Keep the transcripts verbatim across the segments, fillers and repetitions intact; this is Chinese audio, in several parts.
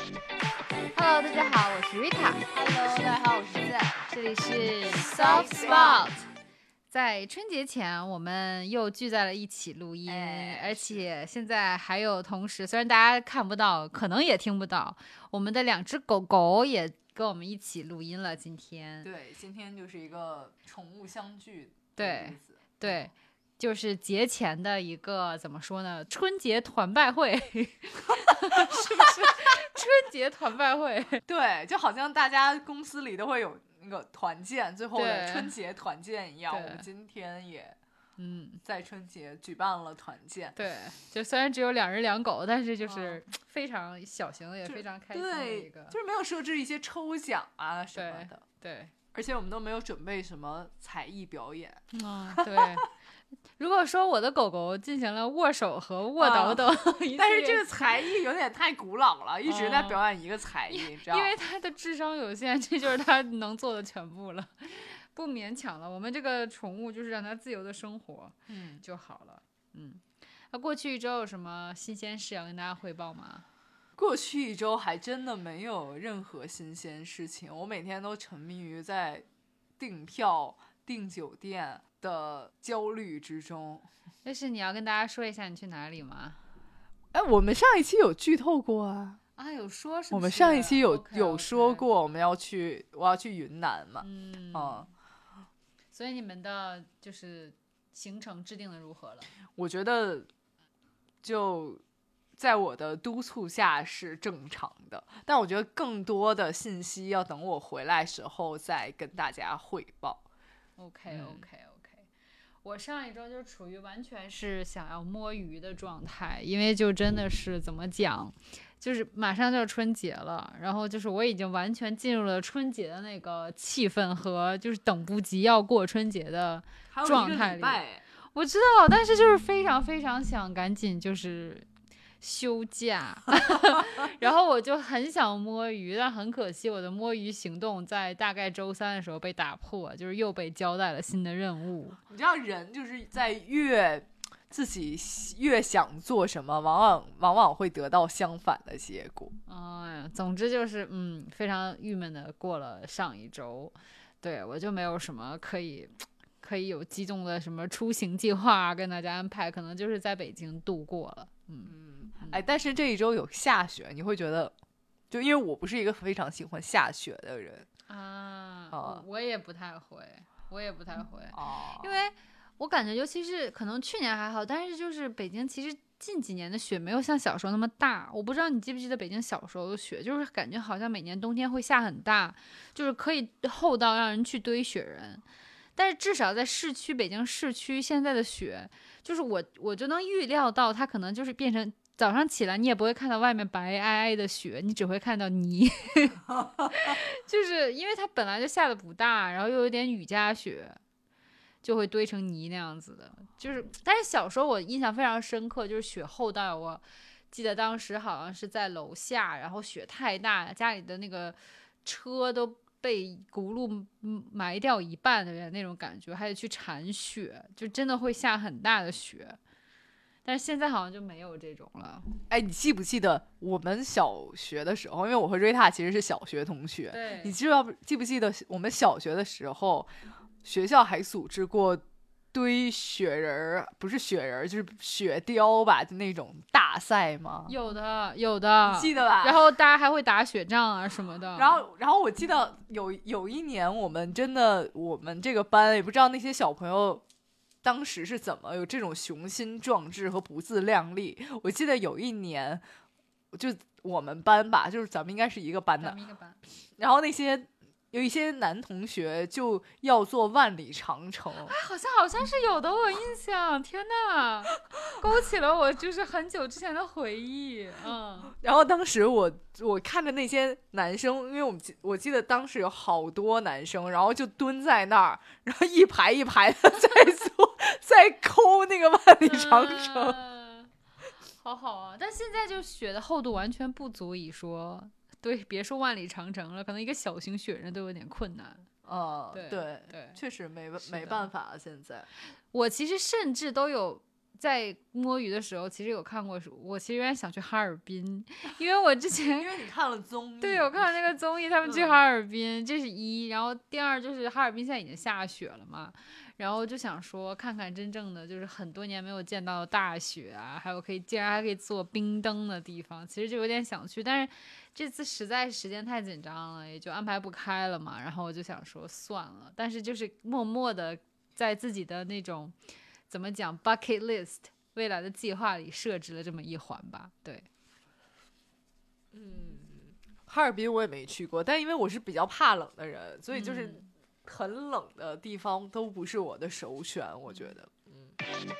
Hello， 大家好，我是 Rita。Hello， 大家好，我是 Z。 这里是 Soft Spot。在春节前，我们又聚在了一起录音， 哎、 而且现在还有同时，虽然大家看不到，可能也听不到，我们的两只狗狗也跟我们一起录音了。今天， 对，今天就是一个宠物相聚的对日子， 对。就是节前的一个怎么说呢？春节团拜会，是不是？春节团拜会， 对，就好像大家公司里都会有那个团建，最后的春节团建一样。我们今天也嗯在春节举办了团建。 对，就虽然只有两人两狗，但是就是非常小型，也非常开心的一个， 对，就是没有设置一些抽奖啊什么的。 对，对， 而且我们都没有准备什么才艺表演。 嗯，对。如果说我的狗狗进行了握手和握抖抖、啊， 但是这个才艺有点太古老了，一直在表演一个才艺， 嗯、 你知道吗？ 因为它的智商有限，这就是它能做的全部了，不勉强了。我们这个宠物就是让它自由的生活，嗯，就好了。嗯，那过去一周有什么新鲜事要跟大家汇报吗？ 过去一周还真的没有任何新鲜事情，我每天都沉迷于在订票、订酒店的焦虑之中。 但是你要跟大家说一下你去哪里吗？ 哎，我们上一期有剧透过啊。 啊，有说是不是？ 我们上一期有 okay, 有说过 okay. 我们要去，我要去云南嘛。 嗯, 嗯， 所以你们的就是行程制定的如何了？ 我觉得就在我的督促下是正常的，但我觉得更多的信息要等我回来时候再跟大家汇报。 OK OK OK，、嗯、我上一周就处于完全是想要摸鱼的状态，因为就真的是怎么讲，就是马上就要春节了，然后就是我已经完全进入了春节的那个气氛和就是等不及要过春节的状态里。我知道，但是就是非常非常想赶紧就是休假然后我就很想摸鱼，但很可惜我的摸鱼行动在大概周三的时候被打破，就是又被交代了新的任务。 你知道人就是在越自己越想做什么，往往往往会得到相反的结果。 哎呀，总之就是嗯，非常郁闷的过了上一周。对，我就没有什么可以可以有激动的什么出行计划跟大家安排，可能就是在北京度过了。嗯嗯，哎，但是这一周有下雪，你会觉得，就因为我不是一个非常喜欢下雪的人啊，哦、我也不太会，我也不太会， 哦、 因为我感觉，尤其是可能去年还好，但是就是北京其实近几年的雪没有像小时候那么大。我不知道你记不记得北京小时候的雪，就是感觉好像每年冬天会下很大，就是可以厚到让人去堆雪人。但是至少在市区，北京市区现在的雪，就是我我就能预料到它可能就是变成早上起来你也不会看到外面白皑皑的雪，你只会看到泥就是因为它本来就下的不大，然后又有点雨夹雪，就会堆成泥那样子的。就是但是小时候我印象非常深刻，就是雪厚到我记得当时好像是在楼下，然后雪太大，家里的那个车都被轱辘埋掉一半的那种感觉，还得去铲雪，就真的会下很大的雪。但是现在好像就没有这种了。 哎，你记不记得我们小学的时候，因为我和瑞塔其实是小学同学， 对， 你知道记不记得我们小学的时候，学校还组织过堆雪人，不是雪人就是雪雕吧，就那种大赛吗？ 有的有的， 你记得吧？ 然后大家还会打雪仗啊什么的。 然后然后我记得有有一年我们真的我们这个班也不知道那些小朋友当时是怎么有这种雄心壮志和不自量力。我记得有一年就我们班吧，就是咱们应该是一个班的， 咱们一个班， 然后那些有一些男同学就要做万里长城。 哎，好像好像是有的，我有印象。天哪，勾起了我就是很久之前的回忆。嗯， 然后当时我我看着那些男生，因为我们我记得当时有好多男生，然后就蹲在那儿，然后一排一排的在做在抠那个万里长城。 嗯，好好啊！但现在就雪的厚度完全不足以说。对，别说万里长城了，可能一个小型雪人都有点困难。 嗯， 对对对， 确实没没办法。现在我其实甚至都有在摸鱼的时候，其实有看过，我其实有点想去哈尔滨，因为我之前因为你看了综艺， 对我看了那个综艺，他们去哈尔滨，嗯、这是一，然后第二就是哈尔滨现在已经下雪了嘛，然后就想说看看真正的就是很多年没有见到的大雪啊，还有可以竟然还可以坐冰灯的地方，其实就有点想去，但是这次实在时间太紧张了，也就安排不开了嘛，然后我就想说算了，但是就是默默的在自己的那种怎么讲 bucket list 未来的计划里设置了这么一环吧。对， 嗯，哈尔滨我也没去过，但因为我是比较怕冷的人，所以就是很冷的地方都不是我的首选，我觉得。嗯。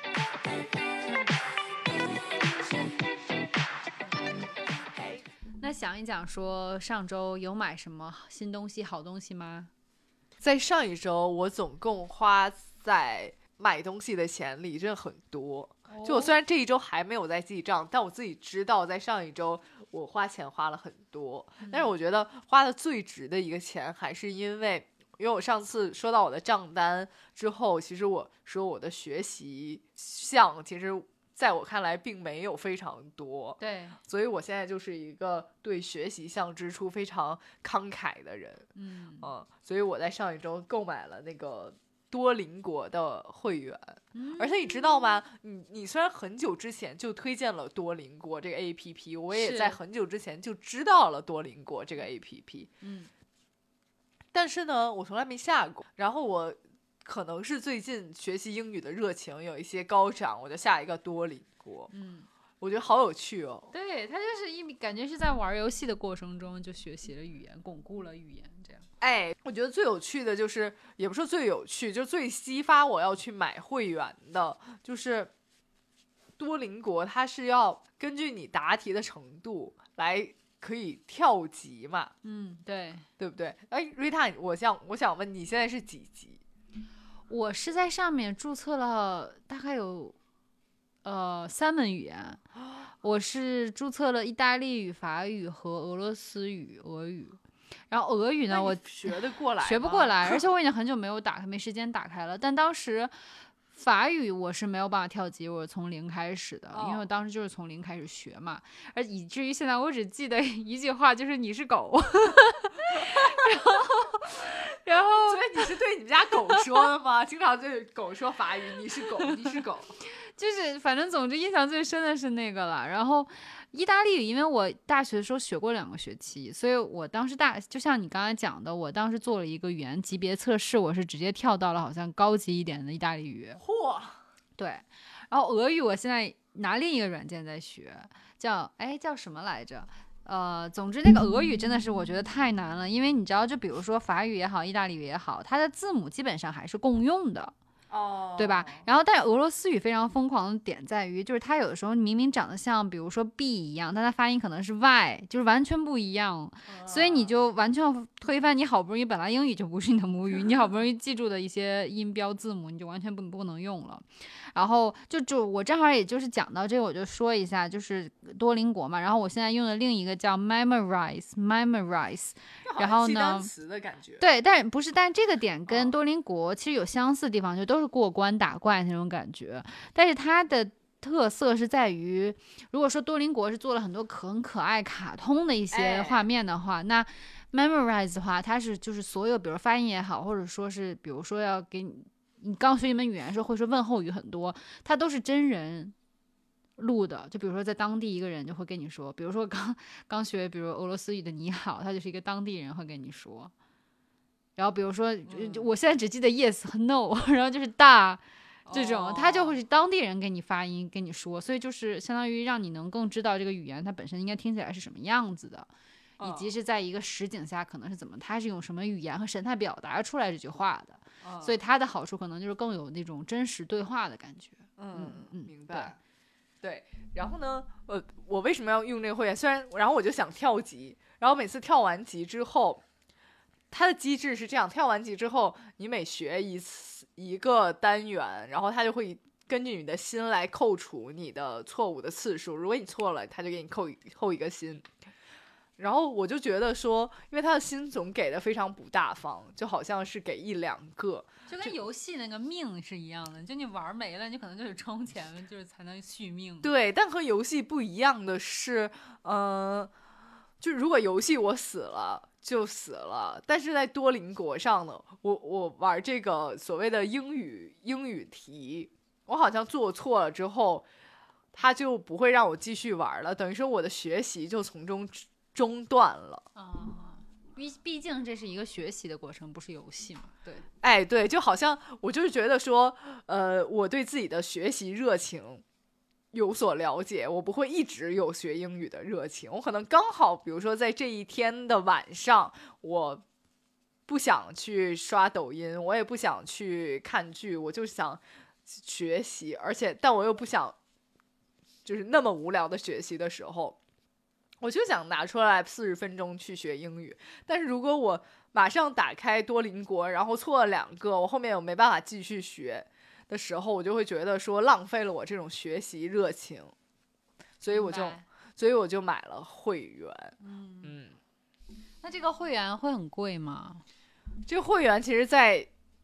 那想一讲说上周有买什么新东西好东西吗？ 在上一周我总共花在买东西的钱里真的很多，就我虽然这一周还没有在记账，但我自己知道在上一周我花钱花了很多，但是我觉得花的最值的一个钱还是因为因为我上次说到我的账单之后，其实我说我的学习项其实在我看来并没有非常多， 对， 所以我现在就是一个对学习项支出非常慷慨的人， 嗯嗯，所以我在上一周购买了那个多邻国的会员， 嗯、 而且你知道吗？你你虽然很久之前就推荐了多邻国这个 A P P， 我也在很久之前就知道了多邻国这个 A P P， 嗯， 但是呢，我从来没下过。然后我可能是最近学习英语的热情有一些高涨，我就下一个多邻国， 嗯， 我觉得好有趣哦。 对，它就是一感觉是在玩游戏的过程中就学习了语言，巩固了语言，这样。 哎，我觉得最有趣的就是，也不是最有趣，就是最激发我要去买会员的，就是多邻国，它是要根据你答题的程度来可以跳级嘛。 嗯，对， 对不对？哎，瑞塔，我想我想问你现在是几级？ 我是在上面注册了大概有呃三门语言，我是注册了意大利语、法语和俄罗斯语、俄语。然后俄语呢，我学得过来， 学不过来，而且我已经很久没有打开，没时间打开了。但当时法语我是没有办法跳级，我是从零开始的，因为我当时就是从零开始学嘛，而以至于现在我只记得一句话，就是你是狗。然后，然后， 所以你是对你们家狗说的吗？经常对狗说法语，你是狗，你是狗。 就是反正总之印象最深的是那个了。然后意大利语，因为我大学的时候学过两个学期，所以我当时大就像你刚才讲的，我当时做了一个语言级别测试，我是直接跳到了好像高级一点的意大利语。 嚯！ 对，然后俄语我现在拿另一个软件在学，叫哎叫什么来着？呃，总之那个俄语真的是我觉得太难了，因为你知道，就比如说法语也好，意大利语也好，它的字母基本上还是共用的。 哦， 对吧？然后，但是俄罗斯语非常疯狂的点在于，就是它有的时候明明长得像，比如说 B 一样，但它发音可能是 Y， 就是完全不一样，哦、所以你就完全要推翻你好不容易本来英语就不是你的母语，你好不容易记住的一些音标字母，你就完全不不能用了。然后就就我正好也就是讲到这个，我就说一下，就是多邻国嘛。然后我现在用的另一个叫 Memrise，Memrise， 然后呢，对，但是不是，但这个点跟多邻国其实有相似的地方，就都是过关打怪那种感觉。但是它的特色是在于，如果说多邻国是做了很多很可爱卡通的一些画面的话，哎、那 Memrise 的话，它是就是所有，比如发音也好，或者说是比如说要给你。你刚学一门语言的时候会说问候语很多，它都是真人录的，就比如说在当地一个人就会跟你说，比如说刚刚学比如俄罗斯语的你好，他就是一个当地人会跟你说，然后比如说、嗯、我现在只记得 yes 和 no， 然后就是大这种，他就会是当地人给你发音跟你说，所以就是相当于让你能更知道这个语言它本身应该听起来是什么样子的，以及是在一个实景下可能是怎么，他是用什么语言和神态表达出来这句话的。所以它的好处可能就是更有那种真实对话的感觉。 嗯嗯，明白。对，对，然后呢，我我为什么要用这个会员？虽然，然后我就想跳级，然后每次跳完级之后，它的机制是这样：跳完级之后，你每学一次一个单元，然后它就会根据你的心来扣除你的错误的次数。如果你错了，它就给你扣扣一个心。 然后我就觉得说，因为他的薪总给的非常不大方，就好像是给一两个， 就跟游戏那个命是一样的，就你玩没了，你可能就是充钱，就是才能续命。 对，但和游戏不一样的是，嗯、呃，就如果游戏我死了就死了，但是在多邻国上呢，我我玩这个所谓的英语英语题，我好像做错了之后，他就不会让我继续玩了，等于说我的学习就从中中断了。 啊，毕毕竟这是一个学习的过程，不是游戏嘛。对， 哎，对，就好像我就是觉得说，呃，我对自己的学习热情有所了解，我不会一直有学英语的热情，我可能刚好，比如说在这一天的晚上，我不想去刷抖音，我也不想去看剧，我就想学习，而且但我又不想就是那么无聊的学习的时候，我就想拿出来四十分钟去学英语。但是如果我马上打开多邻国，然后错了两个，我后面我没办法继续学的时候，我就会觉得说浪费了我这种学习热情，所以我就所以我就买了会员。嗯嗯， 那这个会员会很贵吗？ 这个会员其实在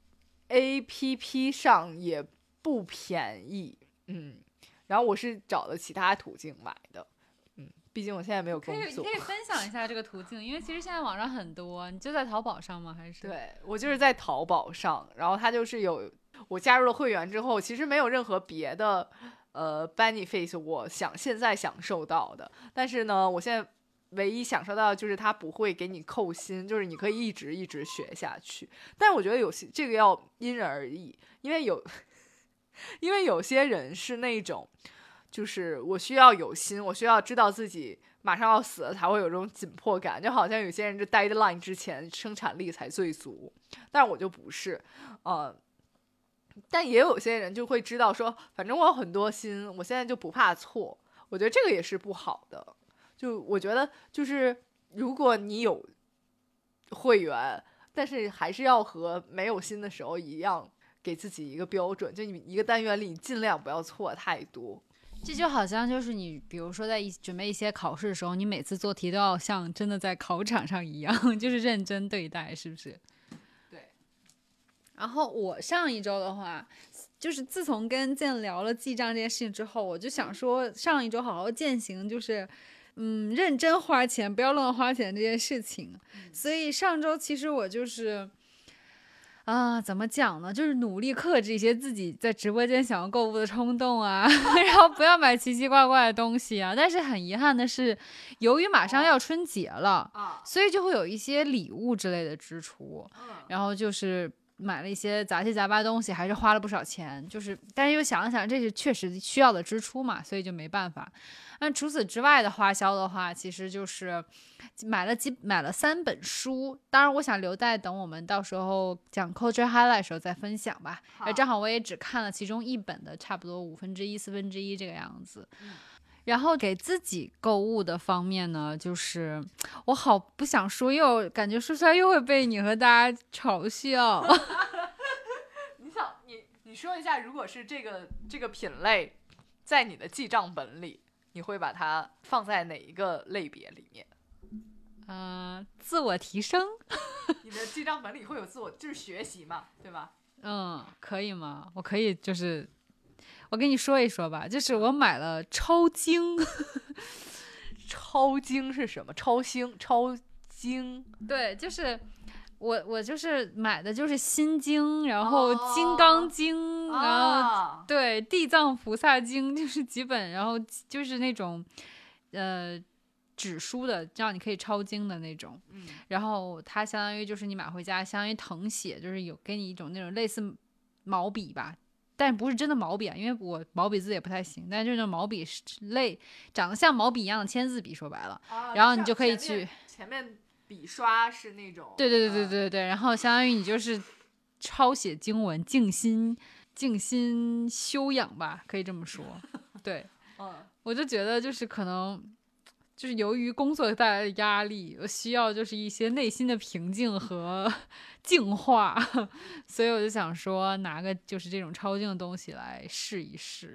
A P P 上也不便宜，嗯，然后我是找的其他途径买的，嗯，毕竟我现在没有工作。 可以，你可以分享一下这个途径，因为其实现在网上很多，你就在淘宝上吗？还是？ 对，我就是在淘宝上，然后它就是有我加入了会员之后，其实没有任何别的呃 benefit 我想现在享受到的，但是呢，我现在唯一享受到的就是它不会给你扣薪，就是你可以一直一直学下去。但是我觉得有些这个要因人而异，因为有因为有些人是那种就是我需要有心，我需要知道自己马上要死了才会有这种紧迫感，就好像有些人这 deadline 之前生产力才最足，但是我就不是，呃，但也有些人就会知道说，反正我有很多心，我现在就不怕错，我觉得这个也是不好的。就我觉得就是如果你有会员，但是还是要和没有心的时候一样，给自己一个标准，就你一个单元里你尽量不要错太多。 这就好像就是你比如说在一准备一些考试的时候，你每次做题都要像真的在考场上一样，就是认真对待，是不是？ 对。 然后我上一周的话，就是自从跟健聊了记账这件事情之后，我就想说上一周好好践行，就是嗯认真花钱不要乱花钱这件事情。所以上周其实我就是啊，怎么讲呢？就是努力克制一些自己在直播间想要购物的冲动啊，然后不要买奇奇怪怪的东西啊。但是很遗憾的是，由于马上要春节了， 啊， 所以就会有一些礼物之类的支出， 嗯， 然后就是买了一些杂七杂八东西，还是花了不少钱。就是，但是又想了想，这是确实需要的支出嘛，所以就没办法。那除此之外的花销的话，其实就是买了几买了三本书，当然我想留待等我们到时候讲 Culture Highlight 的时候再分享吧。而正好我也只看了其中一本的差不多五分之一、四分之一这个样子。嗯，然后给自己购物的方面呢，就是我好不想说，又感觉说出来又会被你和大家嘲笑。 你想你你说一下，如果是这个这个品类在你的记账本里，你会把它放在哪一个类别里面？ 嗯、呃，自我提升。 你的记账本里会有自我，就是学习嘛，对吧？ 嗯，可以吗？我可以，就是我跟你说一说吧，就是我买了超精。 超精是什么？超星？超精？ 对，就是我我就是买的就是心经，然后金刚经， 哦、 然后对地藏菩萨经，就是几本，然后就是那种呃纸书的，这样你可以抄经的那种。 嗯， 然后它相当于就是你买回家，相当于誊写，就是有给你一种那种类似毛笔吧。但不是真的毛笔啊，因为我毛笔字也不太行，但是就是毛笔类长得像毛笔一样的签字笔，说白了， 啊、 然后你就可以去前面笔刷是那种， 对对对对对对，然后相当于你就是抄写经文，静心静心修养吧，可以这么说。对， 嗯， 我就觉得就是可能就是由于工作带来的压力，我需要就是一些内心的平静和净化，所以我就想说拿个就是这种超净的东西来试一试。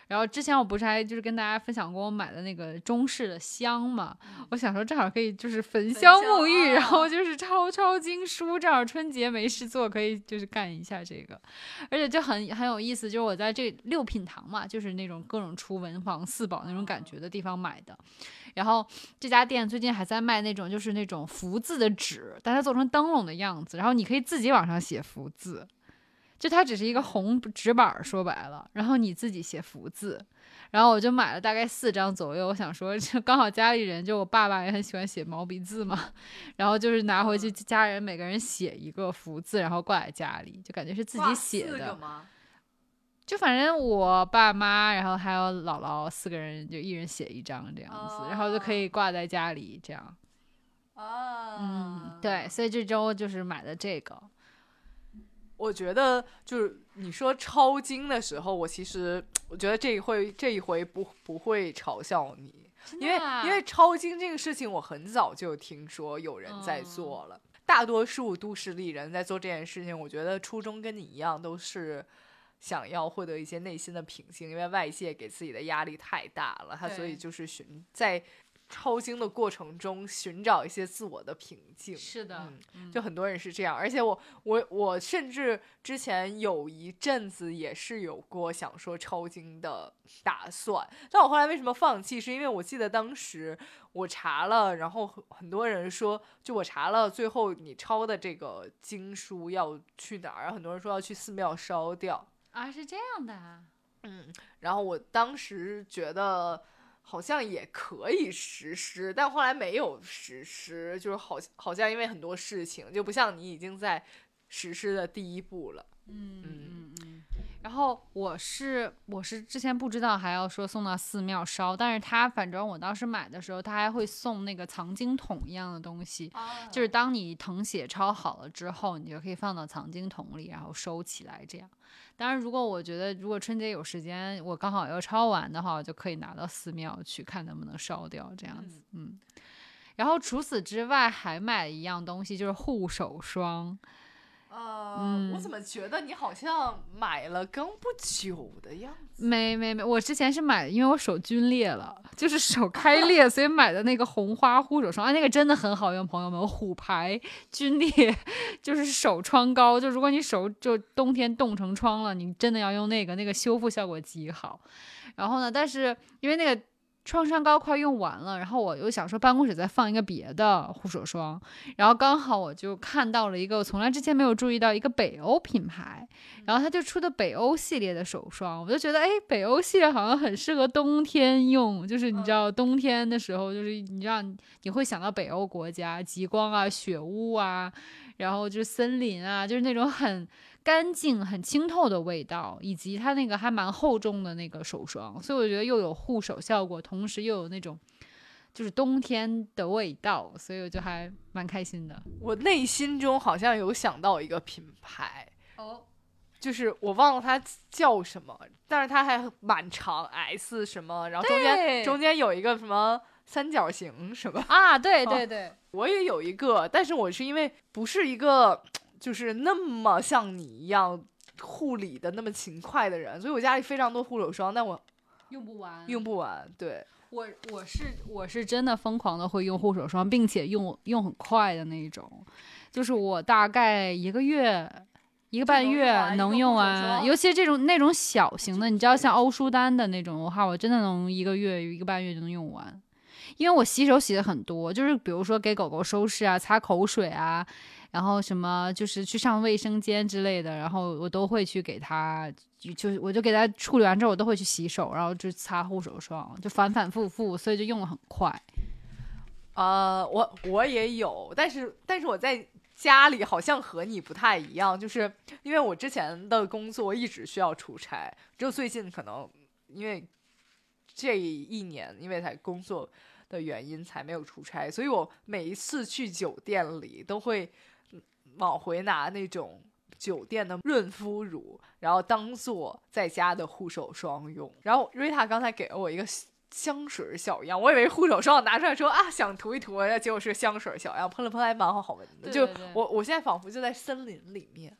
然后之前我不是还就是跟大家分享过我买的那个中式的香嘛，我想说正好可以就是焚香沐浴，然后就是抄抄经书，正好春节没事做，可以就是干一下这个，而且就很很有意思，就是我在这六品堂嘛，就是那种各种出文房四宝那种感觉的地方买的。然后这家店最近还在卖那种就是那种福字的纸，但它做成灯笼的样子，然后你可以自己往上写福字，就它只是一个红纸板，说白了，然后你自己写福字。然后我就买了大概四张左右，我想说就刚好家里人就我爸爸也很喜欢写毛笔字嘛，然后就是拿回去家人每个人写一个福字，然后挂在家里，就感觉是自己写的。就反正我爸妈，然后还有姥姥四个人，就一人写一张这样子， oh. 然后就可以挂在家里这样。 啊、oh. 嗯，对，所以这周就是买的这个。 我觉得就是你说抄经的时候，我其实我觉得这一回这一回不不会嘲笑你，因为因为抄经这个事情我很早就听说有人在做了， oh. 大多数都市丽人在做这件事情，我觉得初衷跟你一样，都是想要获得一些内心的平静，因为外界给自己的压力太大了，他所以就是寻在抄经的过程中寻找一些自我的平静。 是的、 嗯、就很多人是这样，而且我我我甚至之前有一阵子也是有过想说抄经的打算，但我后来为什么放弃，是因为我记得当时我查了，然后很多人说就我查了最后你抄的这个经书要去哪儿，很多人说要去寺庙烧掉啊，是这样的啊。 嗯，然后我当时觉得好像也可以实施，但后来没有实施，就是好好像因为很多事情就不像你已经在实施的第一步了。 嗯嗯嗯。然后我是我是之前不知道还要说送到寺庙烧，但是他反正我当时买的时候他还会送那个藏经筒一样的东西、啊、就是当你誊写抄好了之后，你就可以放到藏经筒里然后收起来这样。当然如果我觉得如果春节有时间我刚好要抄完的话，我就可以拿到寺庙去看能不能烧掉这样子。 嗯, 嗯然后除此之外还买了一样东西，就是护手霜。 呃、嗯，我怎么觉得你好像买了刚不久的样子？ 没没没，我之前是买的，因为我手皲裂了，就是手开裂，所以买的那个红花护手霜，啊，那个真的很好用，朋友们，虎牌皲裂就是手疮膏，就如果你手就冬天冻成疮了，你真的要用那个，那个修复效果极好。然后呢，但是因为那个创伤膏快用完了，然后我又想说办公室再放一个别的护手霜，然后刚好我就看到了一个我从来之前没有注意到一个北欧品牌，然后他就出的北欧系列的手霜，我就觉得哎，北欧系列好像很适合冬天用，就是你知道冬天的时候，就是你知道你会想到北欧国家极光啊、雪屋啊，然后就是森林啊，就是那种很干净很清透的味道，以及它那个还蛮厚重的那个手霜，所以我觉得又有护手效果，同时又有那种就是冬天的味道，所以我就还蛮开心的。 我内心中好像有想到一个品牌哦， 就是我忘了它叫什么，但是它还蛮长 S 什么，然后中间中间有一个什么三角形什么啊，对对对、哦， 我也有一个，但是我是因为不是一个就是那么像你一样护理的那么勤快的人，所以我家里非常多护手霜，但我用不完， 用不完。对， 我我是我是真的疯狂的会用护手霜，并且用用很快的那一种，就是我大概一个月一个半月能用完，尤其这种那种小型的，你知道像欧舒丹的那种的话，我真的能一个月一个半月就能用完。因为我洗手洗的很多，就是比如说给狗狗收拾啊、擦口水啊，然后什么就是去上卫生间之类的，然后我都会去给它，就就我就给它处理完之后，我都会去洗手，然后就擦护手霜，就反反复复，所以就用的很快。 呃，我我也有，但是但是我在家里好像和你不太一样，就是因为我之前的工作一直需要出差，只有最近可能因为这一年因为才工作的原因才没有出差，所以我每一次去酒店里都会往回拿那种酒店的润肤乳，然后当做在家的护手霜用。然后瑞塔刚才给了我一个香水小样，我以为护手霜拿出来说啊想涂一涂，结果是香水小样，喷了喷还蛮好闻的。 对对对， 就我我现在仿佛就在森林里面。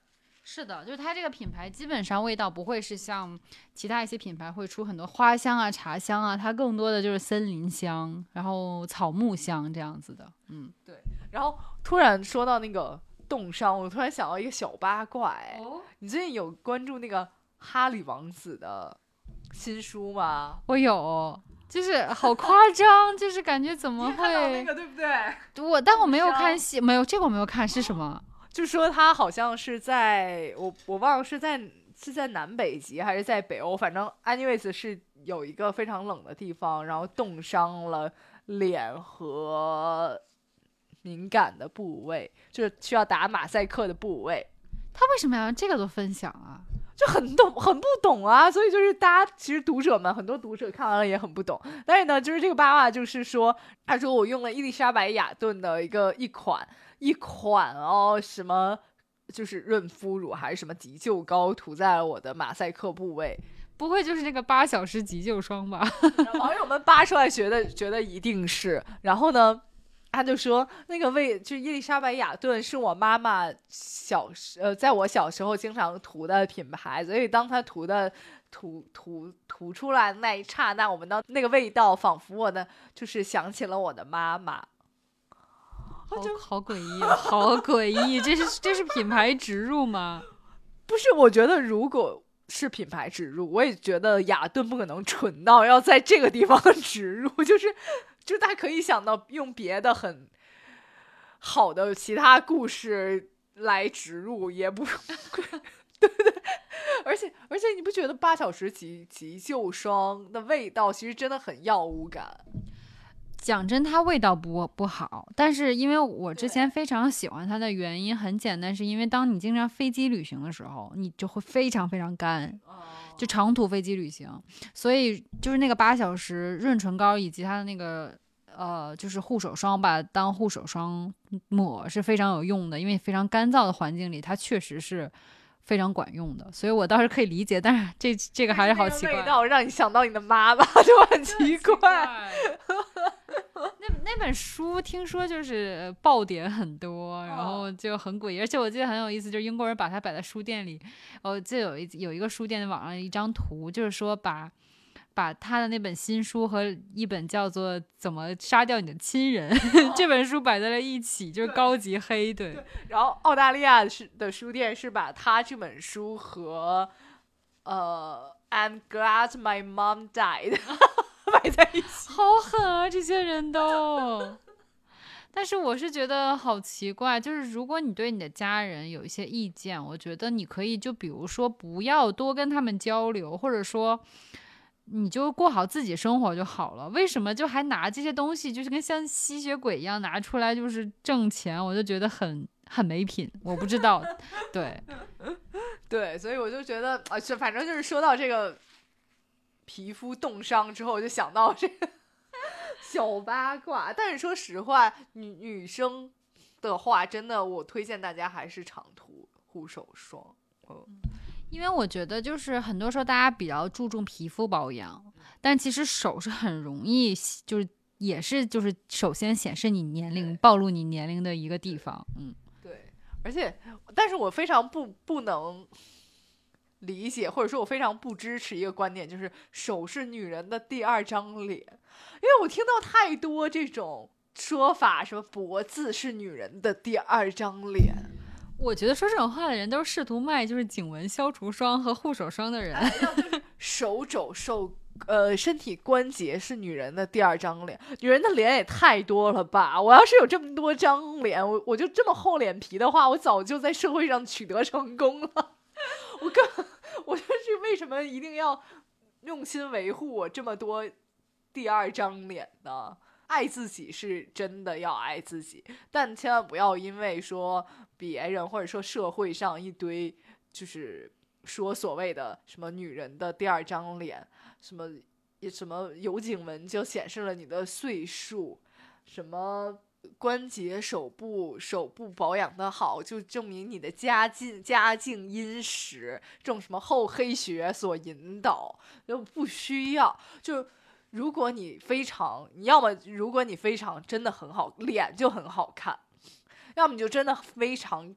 是的，就是它这个品牌基本上味道不会是像其他一些品牌会出很多花香啊、茶香啊，它更多的就是森林香，然后草木香这样子的。嗯， 对。然后突然说到那个冻伤，我突然想到一个小八卦，哎， 哦， 你最近有关注那个哈里王子的新书吗？ 我有。就是好夸张，就是感觉怎么会？ 看到那个对不对？ 我但我没有看戏，没有这个我没有看，是什么？ 就说他好像是在我我忘了是在是在南北极还是在北欧，反正 anyways 是有一个非常冷的地方，然后冻伤了脸和敏感的部位，就是需要打马赛克的部位。 他为什么要让这个都分享啊？ 就很懂很不懂啊，所以就是大家其实读者们很多读者看完了也很不懂，但是呢，就是这个八卦就是说，他说我用了伊丽莎白雅顿的一个一款一款哦什么就是润肤乳还是什么急救膏涂在了我的马赛克部位， 不会就是那个八小时急救霜吧？ 网友们扒出来觉得觉得一定是，然后呢？他就说那个味就伊丽莎白雅顿是我妈妈小时呃在我小时候经常涂的品牌，所以当她涂的涂涂涂出来的那一刹那，我闻到那个味道，仿佛我的就是想起了我的妈妈。 好好诡异，好诡异！这是这是品牌植入吗？ 不是，我觉得如果是品牌植入，我也觉得雅顿不可能蠢到要在这个地方植入，就是就是他可以想到用别的很好的其他故事来植入，也不对不对？而且而且你不觉得八小时急急救霜的味道其实真的很药物感？ 讲真，它味道不不好，但是因为我之前非常喜欢它的原因很简单，是因为当你经常飞机旅行的时候，你就会非常非常干，就长途飞机旅行，所以就是那个八小时润唇膏以及它的那个呃就是护手霜吧，当护手霜抹是非常有用的，因为非常干燥的环境里，它确实是非常管用的，所以我倒是可以理解，但是这这个还是好奇怪， 味道让你想到你的妈妈，就很奇怪。 那那本书听说就是爆点很多，然后就很诡异，而且我记得很有意思，就是英国人把它摆在书店里，哦，就有一有一个书店的网上一张图，就是说把把他的那本新书和一本叫做《怎么杀掉你的亲人》这本书摆在了一起，就是高级黑，对。 对，然后澳大利亚的书店是把他这本书和呃 I'm glad my mom died 摆在一起， 好狠啊，这些人都。但是我是觉得好奇怪，就是如果你对你的家人有一些意见，我觉得你可以就比如说不要多跟他们交流，或者说你就过好自己生活就好了。为什么就还拿这些东西，就是跟像吸血鬼一样拿出来就是挣钱？我就觉得很很没品，我不知道。对对，所以我就觉得啊，是反正就是说到这个皮肤冻伤之后，我就想到这个小八卦。但是说实话，女女生的话，真的我推荐大家还是常涂护手霜。嗯， 因为我觉得就是很多时候大家比较注重皮肤保养，但其实手是很容易就是也是就是首先显示你年龄暴露你年龄的一个地方。嗯， 对，而且但是我非常不不能理解，或者说我非常不支持一个观点，就是手是女人的第二张脸，因为我听到太多这种说法，什么脖子是女人的第二张脸。 我觉得说这种话的人都是试图卖就是颈纹消除霜和护手霜的人。 手肘手呃身体关节是女人的第二张脸，女人的脸也太多了吧？我要是有这么多张脸，我我就这么厚脸皮的话，我早就在社会上取得成功了。我更我就是为什么一定要用心维护我这么多第二张脸呢？爱自己是真的要爱自己，但千万不要因为说别人或者说社会上一堆就是说所谓的什么女人的第二张脸，什么什么有颈纹就显示了你的岁数，什么关节手部手部保养的好就证明你的家境家境殷实，这种什么厚黑学所引导就不需要。就如果你非常你要么如果你非常真的很好，脸就很好看，要么你就真的非常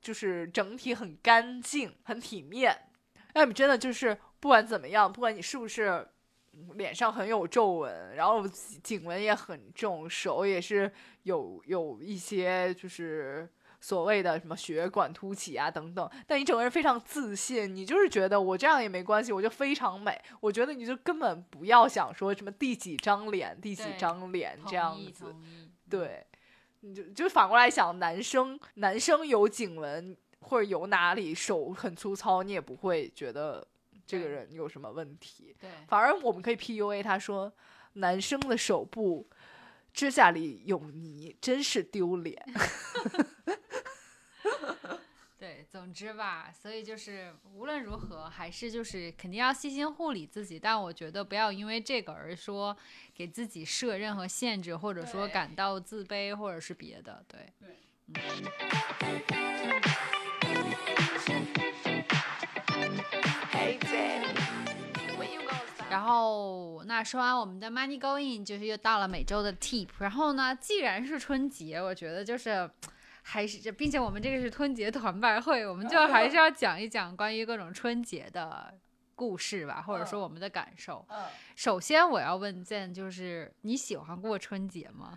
就是整体很干净很体面，让你真的就是不管怎么样，不管你是不是脸上很有皱纹，然后颈纹也很重，手也是有有一些就是所谓的什么血管凸起啊等等，但你整个人非常自信，你就是觉得我这样也没关系，我就非常美。我觉得你就根本不要想说什么第几张脸第几张脸这样子，对，你就就反过来想，男生男生有颈纹或者有哪里手很粗糙，你也不会觉得这个人有什么问题， 对， 反而我们可以 P U A 他说，男生的手部指甲里有泥，真是丢脸。 对，总之吧，所以就是无论如何，还是就是肯定要细心护理自己，但我觉得不要因为这个而说给自己设任何限制，或者说感到自卑，或者是别的。对，对，然后那说完我们的 Money Go In， 就是又到了每周的 tip。然后呢，既然是春节，我觉得就是还是，并且我们这个是春节团拜会，我们就还是要讲一讲关于各种春节的故事吧，或者说我们的感受。 嗯， 首先我要问健，就是你喜欢过春节吗？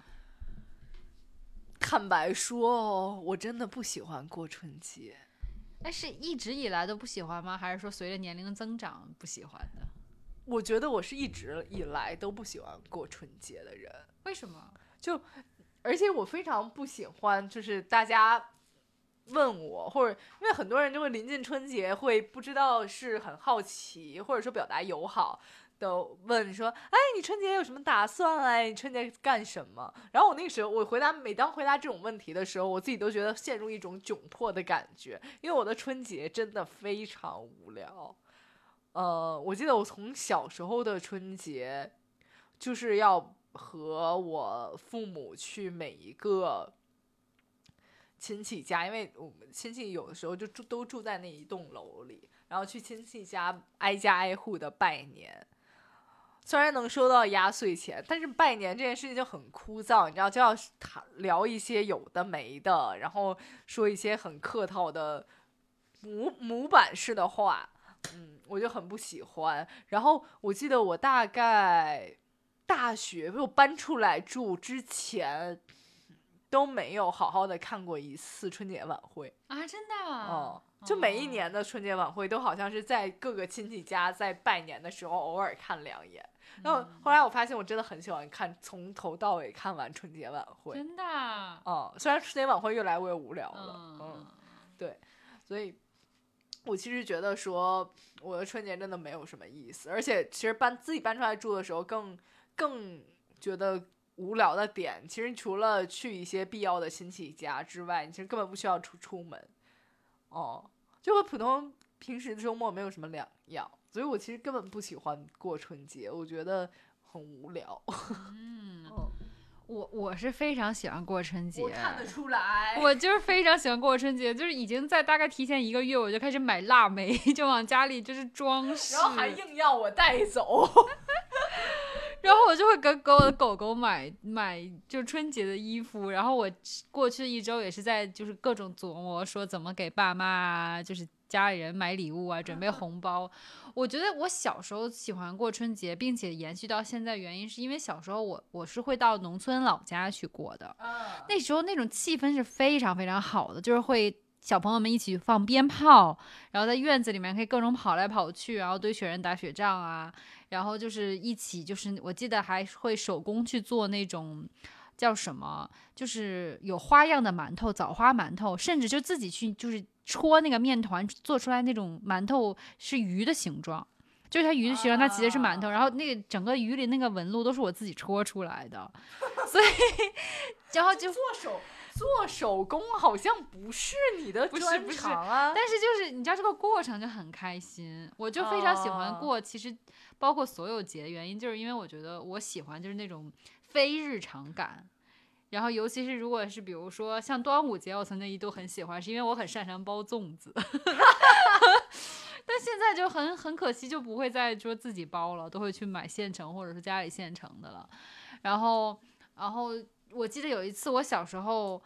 坦白说，我真的不喜欢过春节。 哎，是一直以来都不喜欢吗？还是说随着年龄增长不喜欢的？ 我觉得我是一直以来都不喜欢过春节的人。 为什么？ 就而且我非常不喜欢就是大家问我，或者因为很多人就会临近春节会不知道是很好奇或者说表达友好的问说，哎，你春节有什么打算？哎，你春节干什么？然后我那个时候我回答每当回答这种问题的时候，我自己都觉得陷入一种窘迫的感觉，因为我的春节真的非常无聊。呃，我记得我从小时候的春节就是要和我父母去每一个亲戚家，因为我们亲戚有的时候就住都住在那一栋楼里，然后去亲戚家挨家挨户的拜年。虽然能收到压岁钱，但是拜年这件事情就很枯燥，你知道，就要聊一些有的没的，然后说一些很客套的模模板式的话。嗯，我就很不喜欢。然后我记得我大概大学我搬出来住之前都没有好好的看过一次春节晚会啊，真的？ 哦、嗯，就每一年的春节晚会都好像是在各个亲戚家在拜年的时候偶尔看两眼。然后后来我发现我真的很喜欢看从头到尾看完春节晚会。 真的？ 嗯，虽然春节晚会越来越无聊了。嗯，嗯对，所以我其实觉得说我的春节真的没有什么意思，而且其实搬自己搬出来住的时候更更觉得无聊的点，其实除了去一些必要的亲戚家之外，你其实根本不需要出出门。哦，就和普通平时周末没有什么两样，所以我其实根本不喜欢过春节，我觉得很无聊。 嗯。哦，我我是非常喜欢过春节， 我看得出来， 我就是非常喜欢过春节，就是已经在大概提前一个月我就开始买腊梅，就往家里就是装饰， 然后还硬要我带走。 然后我就会给给我的狗狗买买就春节的衣服，然后我过去一周也是在就是各种琢磨说怎么给爸妈啊，就是家里人买礼物啊，准备红包。我觉得我小时候喜欢过春节，并且延续到现在，原因是因为小时候我我是会到农村老家去过的，那时候那种气氛是非常非常好的，就是会小朋友们一起放鞭炮，然后在院子里面可以各种跑来跑去，然后堆雪人打雪仗啊，然后就是一起就是我记得还会手工去做那种叫什么，就是有花样的馒头，枣花馒头，甚至就自己去就是戳那个面团做出来那种馒头是鱼的形状，就是它鱼的形状它其实是馒头，然后那个整个鱼里那个纹路都是我自己戳出来的，所以然后就做手做手工好像不是你的专长啊， 但是就是你知道这个过程就很开心，我就非常喜欢过、哦、其实包括所有节的原因就是因为我觉得我喜欢就是那种非日常感，然后尤其是如果是比如说像端午节我曾经一度很喜欢，是因为我很擅长包粽子但现在就很很可惜就不会再说自己包了，都会去买现成或者是家里现成的了。然后然后我记得有一次我小时候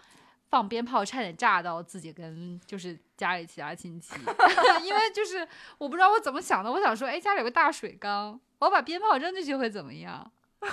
放鞭炮差点炸到自己跟就是家里其他亲戚，因为就是我不知道我怎么想的，我想说，哎，家里有个大水缸，我把鞭炮扔进去会怎么样？但是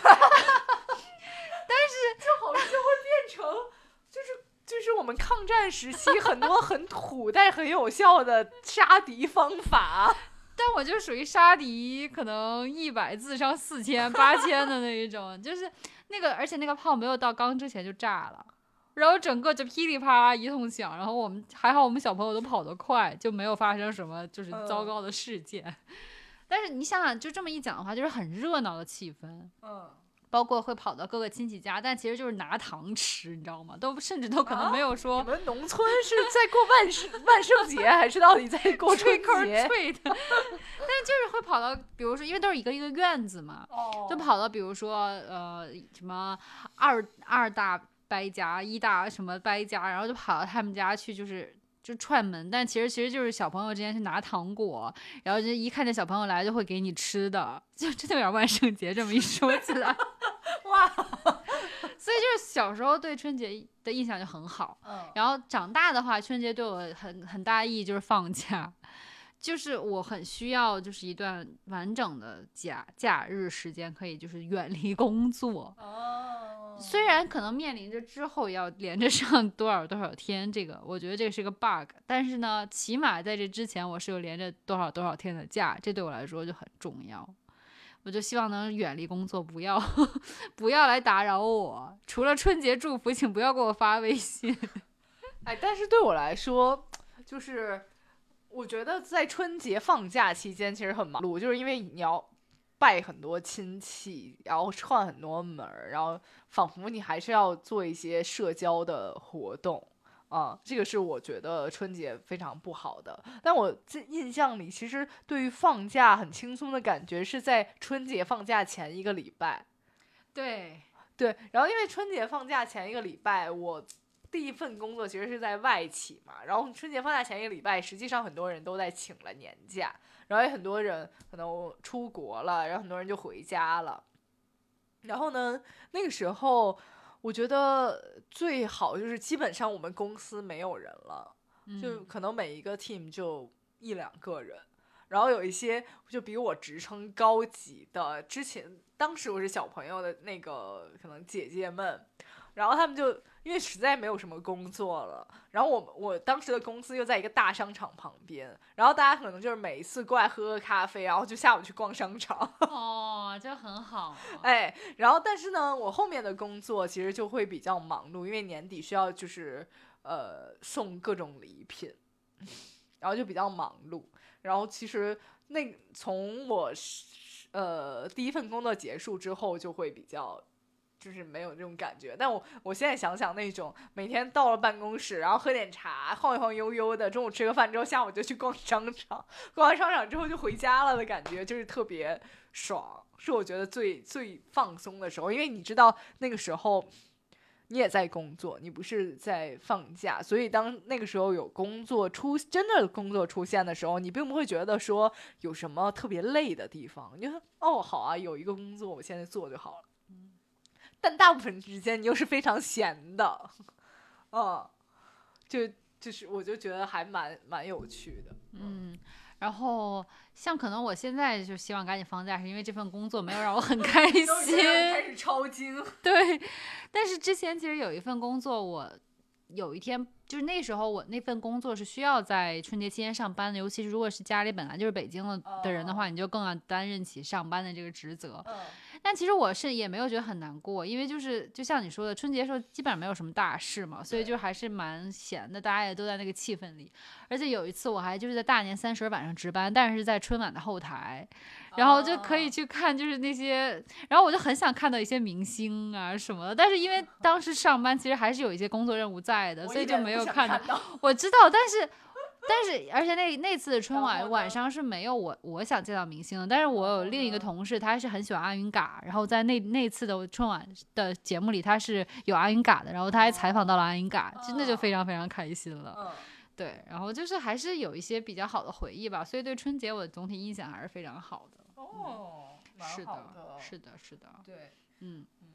这好像就会变成就是就是我们抗战时期很多很土但是很有效的杀敌方法。 但我就属于杀敌可能一百自伤四千八千的那一种，就是那个，而且那个炮没有到缸之前就炸了。然后整个就噼里啪啦一通响，然后我们还好，我们小朋友都跑得快，就没有发生什么就是糟糕的事件。嗯、但是你想想，就这么一讲的话，就是很热闹的气氛， 嗯， 包括会跑到各个亲戚家，但其实就是拿糖吃，你知道吗？都甚至都可能没有说、 啊、你们农村是在过万圣万圣节，还是到底在过春节？ 吹的，但是就是会跑到，比如说，因为都是一个一个院子嘛， 哦、 就跑到比如说呃什么二二大伯家一大什么伯家，然后就跑到他们家去，就是就串门，但其实其实就是小朋友之间去拿糖果，然后就一看见小朋友来就会给你吃的，就真的有点万圣节这么一说起来， 哇！ 所以就是小时候对春节的印象就很好， 嗯， 然后长大的话，春节对我很很大意义就是放假。就是我很需要，就是一段完整的假假日时间，可以就是远离工作。 哦， 虽然可能面临着之后要连着上多少多少天，这个我觉得这是个 bug， 但是呢，起码在这之前我是有连着多少多少天的假，这对我来说就很重要。我就希望能远离工作，不要不要来打扰我。除了春节祝福，请不要给我发微信。 哎，但是对我来说，就是。我觉得在春节放假期间其实很忙碌，就是因为你要拜很多亲戚，然后串很多门，然后仿佛你还是要做一些社交的活动啊、嗯，这个是我觉得春节非常不好的。但我印象里，其实对于放假很轻松的感觉是在春节放假前一个礼拜。 对对，然后因为春节放假前一个礼拜，我第一份工作其实是在外企嘛，然后春节放假前一个礼拜，实际上很多人都在请了年假，然后也很多人可能出国了，然后很多人就回家了。然后呢，那个时候我觉得最好就是基本上我们公司没有人了， 嗯、 就可能每一个 team 就一两个人，然后有一些就比我职称高级的，之前当时我是小朋友的那个可能姐姐们。然后他们就因为实在没有什么工作了，然后我我当时的公司又在一个大商场旁边，然后大家可能就是每一次过来喝个咖啡，然后就下午去逛商场。 哦，这很好、啊。 哎，然后但是呢，我后面的工作其实就会比较忙碌，因为年底需要就是呃送各种礼品，然后就比较忙碌。然后其实那从我呃第一份工作结束之后，就会比较。就是没有这种感觉，但我我现在想想那种每天到了办公室，然后喝点茶，晃一晃悠悠的，中午吃个饭之后，下午就去逛商场，逛完商场之后就回家了的感觉，就是特别爽，是我觉得最最放松的时候，因为你知道那个时候你也在工作，你不是在放假，所以当那个时候有工作出真的工作出现的时候，你并不会觉得说有什么特别累的地方，你就说哦好啊，有一个工作我现在做就好了。但大部分时间你又是非常闲的，嗯，就就是我就觉得还蛮蛮有趣的， 嗯。然后像可能我现在就希望赶紧放假，是因为这份工作没有让我很开心， 开始抄经。 对，但是之前其实有一份工作，我有一天就是那时候我那份工作是需要在春节期间上班的，尤其是如果是家里本来就是北京的的人的话，你就更要担任起上班的这个职责。但其实我是也没有觉得很难过，因为就是就像你说的，春节的时候基本上没有什么大事嘛，所以就还是蛮闲的，大家也都在那个气氛里。而且有一次我还就是在大年三十晚上值班，但是在春晚的后台，然后就可以去看就是那些，然后我就很想看到一些明星啊什么的，但是因为当时上班其实还是有一些工作任务在的，所以就没有看到。我知道，但是。但是，而且那那次的春晚晚上是没有我我想见到明星的，但是我有另一个同事，他是很喜欢阿云嘎，然后在那那次的春晚的节目里，他是有阿云嘎的，然后他还采访到了阿云嘎，真的就非常非常开心了。对，然后就是还是有一些比较好的回忆吧，所以对春节我的总体印象还是非常好的。 哦， 是的， 的， 是的，是的， 对， 嗯。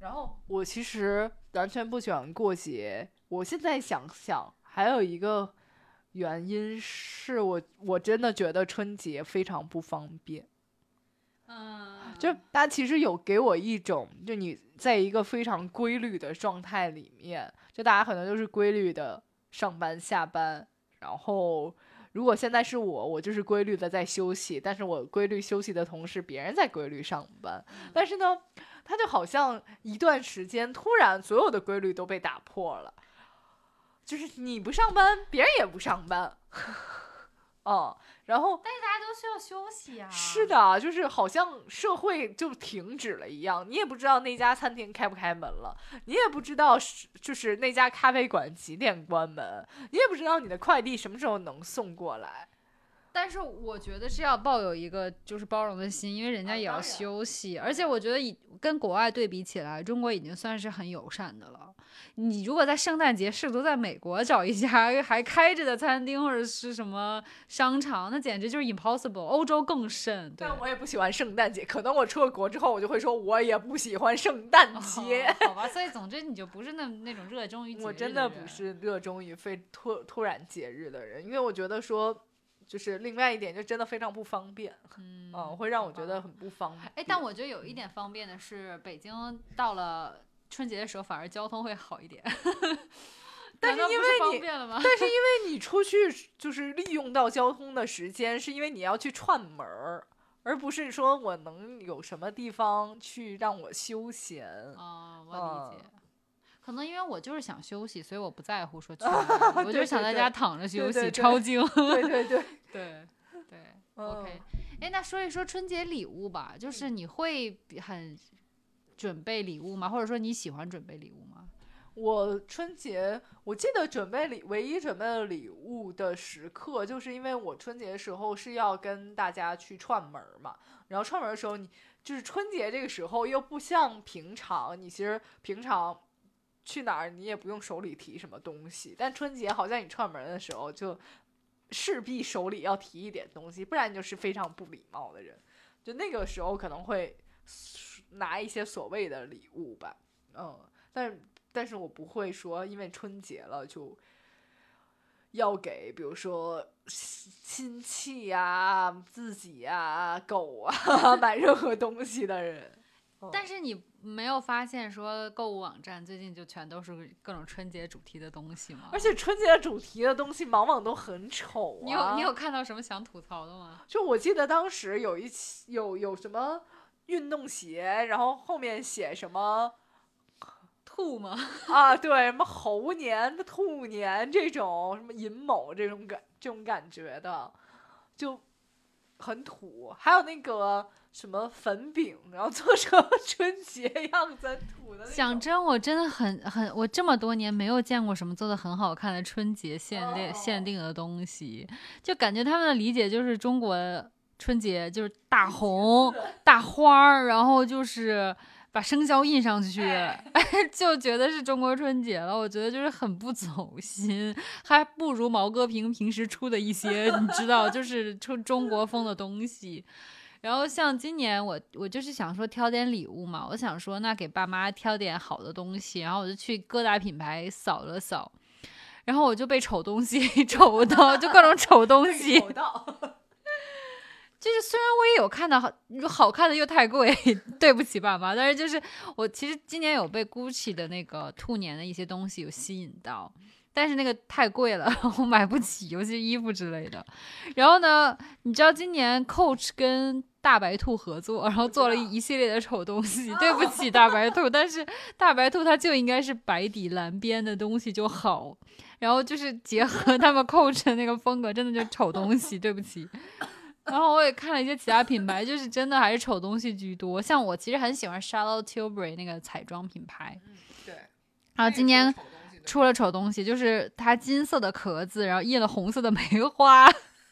然后我其实完全不喜欢过节，我现在想想还有一个原因是我我真的觉得春节非常不方便。 嗯， 就它其实有给我一种，就你在一个非常规律的状态里面，就大家可能都是规律的上班下班，然后如果现在是我，我就是规律的在休息，但是我规律休息的同时，别人在规律上班，但是呢，它就好像一段时间突然所有的规律都被打破了，就是你不上班，别人也不上班。哦、嗯，然后但是大家都需要休息啊。 是的，就是好像社会就停止了一样，你也不知道那家餐厅开不开门了，你也不知道就是那家咖啡馆几点关门，你也不知道你的快递什么时候能送过来。 但是我觉得是要抱有一个就是包容的心，因为人家也要休息，而且我觉得以跟国外对比起来，中国已经算是很友善的了。你如果在圣诞节试图在美国找一家还开着的餐厅或者是什么商场，那简直就是 impossible。欧洲更甚。对， 但我也不喜欢圣诞节，可能我出了国之后，我就会说我也不喜欢圣诞节。 哦、好吧，所以总之你就不是那那种热衷于节日的人。 我真的不是热衷于非突突然节日的人，因为我觉得说。就是另外一点，就真的非常不方便，嗯，嗯会让我觉得很不方便。 哎，但我觉得有一点方便的是，北京到了春节的时候，反而交通会好一点。 但是因为你，但是因为你出去就是利用到交通的时间，是因为你要去串门儿，而不是说我能有什么地方去让我休闲。 哦，我理解。嗯，可能因为我就是想休息，所以我不在乎说去哪里，我就想在家躺着休息， 对对对超精。 对对对对对 ，OK。哎，那说一说春节礼物吧，就是你会很准备礼物吗？或者说你喜欢准备礼物吗？ 我春节我记得准备礼唯一准备了礼物的时刻，就是因为我春节的时候是要跟大家去串门嘛，然后串门的时候你就是春节这个时候又不像平常，你其实平常。去哪儿你也不用手里提什么东西，但春节好像你串门的时候就势必手里要提一点东西，不然你就是非常不礼貌的人。就那个时候可能会拿一些所谓的礼物吧，嗯，但是但是我不会说因为春节了就要给比如说亲戚呀、自己呀、狗啊买任何东西的人。 但是你没有发现说购物网站最近就全都是各种春节主题的东西吗？ 而且春节主题的东西往往都很丑啊。 你有你有看到什么想吐槽的吗？ 就我记得当时有一期有有什么运动鞋，然后后面写什么兔吗？ 啊，对，什么猴年、兔年这种，什么寅卯这种感这种感觉的，就很土。还有那个。什么粉饼，然后做成春节样子土的。 讲真，我真的很很，我这么多年没有见过什么做的很好看的春节限定、oh. 限定的东西，就感觉他们的理解就是中国春节就是大红大花，然后就是把生肖印上去，就觉得是中国春节了。我觉得就是很不走心，还不如毛戈平平时出的一些，你知道，就是出中国风的东西。然后像今年我我就是想说挑点礼物嘛，我想说那给爸妈挑点好的东西，然后我就去各大品牌扫了扫，然后我就被丑东西丑到，就各种丑东西。 丑到就是虽然我也有看到好好看的又太贵，对不起爸妈，但是就是我其实今年有被 Gucci 的那个兔年的一些东西有吸引到。但是那个太贵了，我买不起，尤其是衣服之类的。然后呢，你知道今年 Coach 跟大白兔合作，然后做了一系列的丑东西。对不起大白兔，但是大白兔它就应该是白底蓝边的东西就好。然后就是结合他们 Coach 的那个风格，真的就丑东西，对不起。然后我也看了一些其他品牌，就是真的还是丑东西居多。像我其实很喜欢 Charlotte Tilbury 那个彩妆品牌， 嗯，对。 然后今年出了丑东西，就是它金色的壳子，然后印了红色的梅花，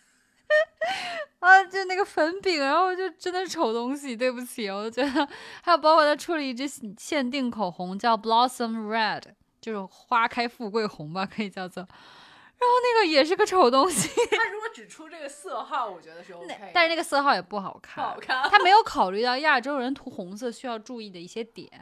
啊，就那个粉饼，然后就真的是丑东西，对不起，我觉得。还有包括它出了一支限定口红，叫 Blossom Red， 就是花开富贵红吧，可以叫做。然后那个也是个丑东西。 它如果只出这个色号，我觉得是 OK， 但是那个色号也不好看， 不好看。 他没有考虑到亚洲人涂红色需要注意的一些点， 哦、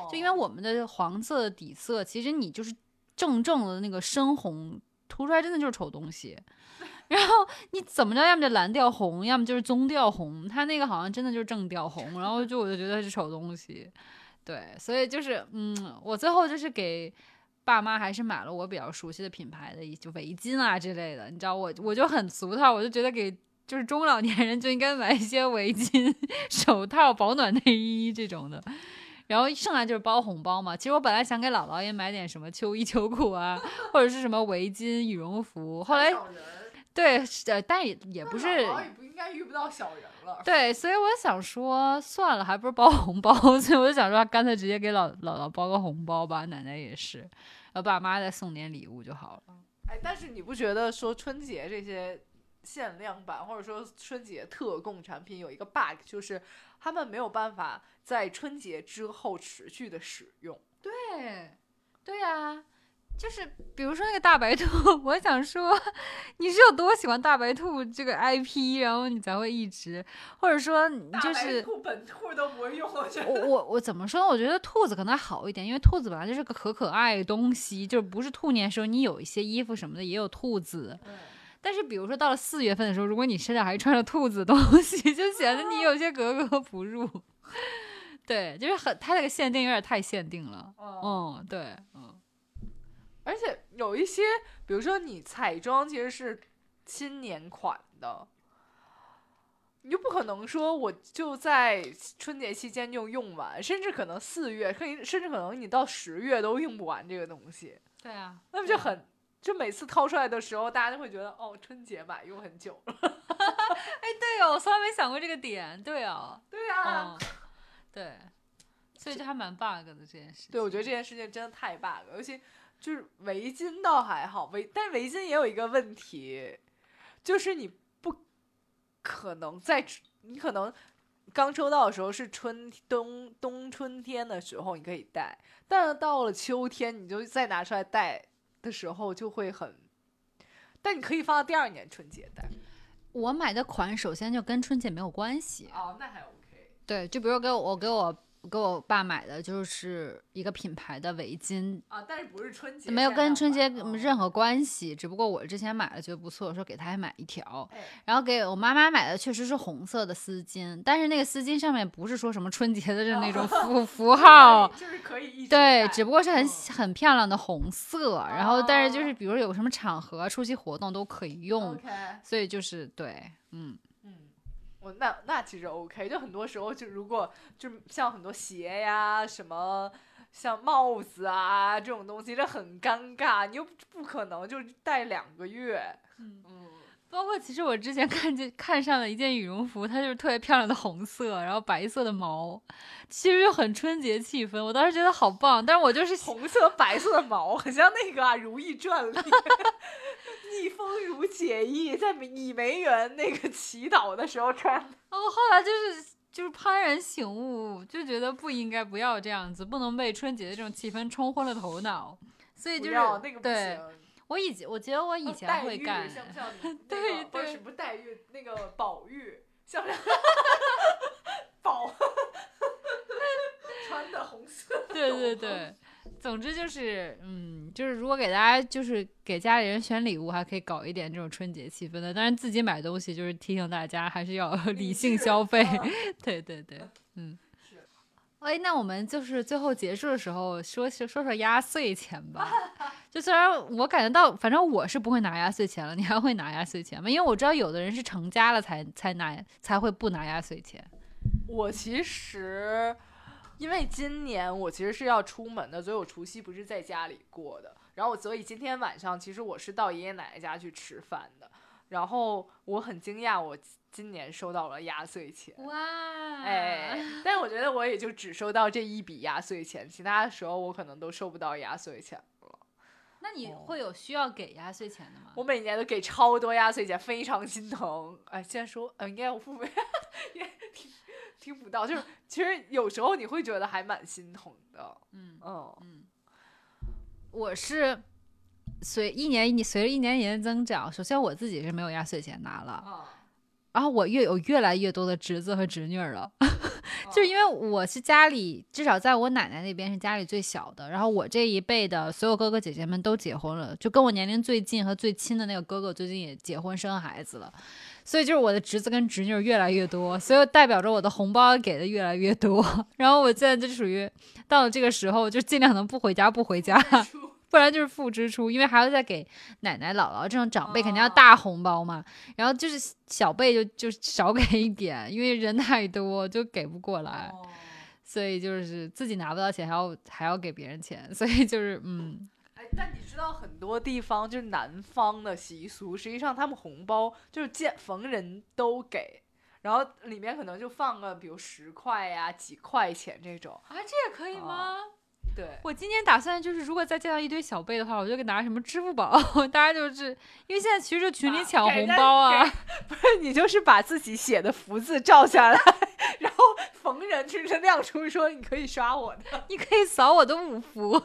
就因为我们的黄色的底色，其实你就是正正的那个深红，涂出来真的就是丑东西。然后你怎么着，要么就蓝调红，要么就是棕调红，它那个好像真的就是正调红，然后就我就觉得是丑东西。对，所以就是嗯，我最后就是给爸妈还是买了我比较熟悉的品牌的就围巾啊之类的，你知道我我就很俗套，我就觉得给就是中老年人就应该买一些围巾、手套、保暖内衣这种的。然后剩下就是包红包嘛。其实我本来想给姥姥也买点什么秋衣秋裤啊，或者是什么围巾、羽绒服。后来对，呃，但也也不是， 姥姥也不应该遇不到小人了。 对，所以我想说，算了，还不如包红包，所以我就想说，干脆直接给姥姥姥包个红包吧。奶奶也是，然后爸妈再送点礼物就好了。 哎，但是你不觉得说春节这些限量版或者说春节特供产品有一个 bug， 就是他们没有办法在春节之后持续的使用？ 对，对呀、啊。就是比如说那个大白兔，我想说你是有多喜欢大白兔这个 I P， 然后你才会一直，或者说就是大白兔本兔都不会用。我觉得我我我怎么说？我觉得兔子可能好一点，因为兔子本来就是个可可爱的东西，就是不是兔年的时候你有一些衣服什么的也有兔子。嗯，但是比如说到了四月份的时候，如果你身上还穿着兔子的东西，就显得你有些格格不入。对，就是很它这个限定有点太限定了。 哦、 嗯，对，嗯。 而且有一些，比如说你彩妆其实是新年款的，你就不可能说我就在春节期间就用完，甚至可能四月，甚至可能你到十月都用不完这个东西。 对啊， 那不就很，就每次掏出来的时候，大家就会觉得哦，春节买用很久了。 哎，对哦，我从来没想过这个点。对哦， 对啊， 嗯、对，所以这还蛮 bug 的这件事情。 对，我觉得这件事情真的太 bug 了，尤其。就是围巾倒还好，围但围巾也有一个问题，就是你不可能在你可能刚收到的时候是春冬冬春天的时候你可以戴，但是到了秋天你就再拿出来戴的时候就会很，但你可以放到第二年春节戴。 我买的款首先就跟春节没有关系。 哦，那还 OK。 对，就比如给我我给我。给我爸买的就是一个品牌的围巾啊，但是不是春节， 没有跟春节任何关系，哦、只不过我之前买的觉得不错，说给他还买一条， 哎、 然后给我妈妈买的确实是红色的丝巾，但是那个丝巾上面不是说什么春节的那种符、哦、符号， 就是可以一直对，只不过是很、嗯、很漂亮的红色， 哦、 然后但是就是比如有什么场合出席活动都可以用， okay. 所以就是对，嗯。 我那那其实 OK， 就很多时候就如果就像很多鞋呀什么像帽子啊这种东西，这很尴尬，你又不可能就戴两个月。 嗯嗯，包括其实我之前看见看上了一件羽绒服，它就是特别漂亮的红色，然后白色的毛，其实就很春节气氛，我当时觉得好棒，但是我就是红色白色的毛，很像那个啊《如懿传》里。逆风如解意，在倚梅园那个祈祷的时候穿。 哦，后来就是就是幡然醒悟，就觉得不应该不要这样子，不能被春节的这种气氛冲昏了头脑。所以就是那个不行， 对，我以前我觉得我以前会干， 哦、像不像、那个？ 对对， 什么黛玉那个宝玉，像不像？宝穿的红色。 对对对。总之就是，嗯，就是如果给大家就是给家里人选礼物，还可以搞一点这种春节气氛的。当然自己买东西就是提醒大家还是要理性消费。对对对，嗯。哎，那我们就是最后结束的时候说说说压岁钱吧。就虽然我感觉到，反正我是不会拿压岁钱了，你还会拿压岁钱吗？因为我知道有的人是成家了才才拿才会不拿压岁钱。 我其实。因为今年我其实是要出门的，所以我除夕不是在家里过的。然后我所以今天晚上其实我是到爷爷奶奶家去吃饭的。然后我很惊讶，我今年收到了压岁钱。 哇！ 哎，但是我觉得我也就只收到这一笔压岁钱，其他的时候我可能都收不到压岁钱了。 那你会有需要给压岁钱的吗？ 我每年都给超多压岁钱，非常心疼。哎，现在说，呃，应该我父母也挺。听不到，就是其实有时候你会觉得还蛮心疼的。 嗯嗯嗯，我是随一年一随着一年一年的增长，首先我自己是没有压岁钱拿了， 哦、 然后我越有越来越多的侄子和侄女了， 就是因为我是家里，至少在我奶奶那边是家里最小的，然后我这一辈的所有哥哥姐姐们都结婚了，就跟我年龄最近和最亲的那个哥哥最近也结婚生孩子了，所以就是我的侄子跟侄女越来越多，所以代表着我的红包给的越来越多。然后我现在就属于到了这个时候，就尽量能不回家不回家，不然就是负支出，因为还要再给奶奶姥姥这种长辈肯定要大红包嘛，然后就是小辈就就少给一点，因为人太多就给不过来，所以就是自己拿不到钱还要还要给别人钱，所以就是嗯。 哎，但你知道很多地方就是南方的习俗，实际上他们红包就是见逢人都给，然后里面可能就放个比如十块呀、几块钱这种啊，这也可以吗？ 哦对， 我今天打算就是，如果再见到一堆小辈的话，我就给拿什么支付宝，大家就是因为现在其实就群里抢红包啊， 不是你就是把自己写的福字照下来，然后逢人就是亮出说你可以刷我的， 你可以扫我的五福。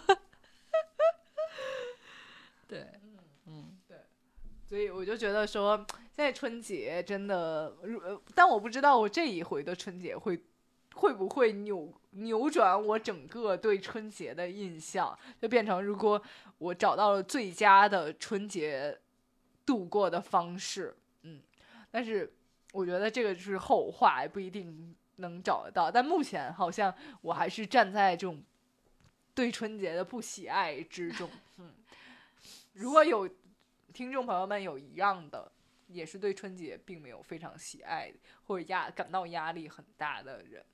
对， 嗯嗯对，所以我就觉得说现在春节真的，但我不知道我这一回的春节会会不会扭扭转我整个对春节的印象，就变成如果我找到了最佳的春节度过的方式，嗯，但是我觉得这个是后话，也不一定能找得到。但目前好像我还是站在这种对春节的不喜爱之中，嗯，如果有听众朋友们有一样的，也是对春节并没有非常喜爱或者压感到压力很大的人，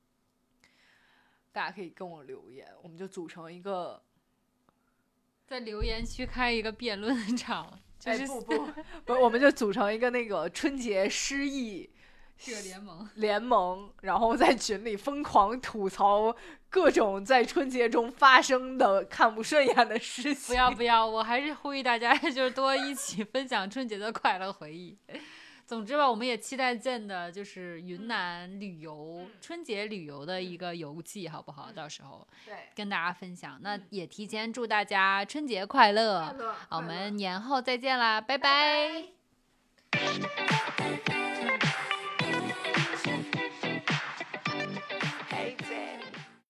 大家可以跟我留言，我们就组成一个在留言区开一个辩论场，就是、 哎、不不不，我们就组成一个那个春节失忆这个联盟联盟，然后在群里疯狂吐槽各种在春节中发生的看不顺眼的事情。 不要不要，我还是呼吁大家就是多一起分享春节的快乐回忆。总之吧，我们也期待见的就是云南旅游、嗯、春节旅游的一个游记，好不好？嗯、到时候对跟大家分享。那也提前祝大家春节快乐， 快乐我们年后再见啦，拜拜。 拜拜。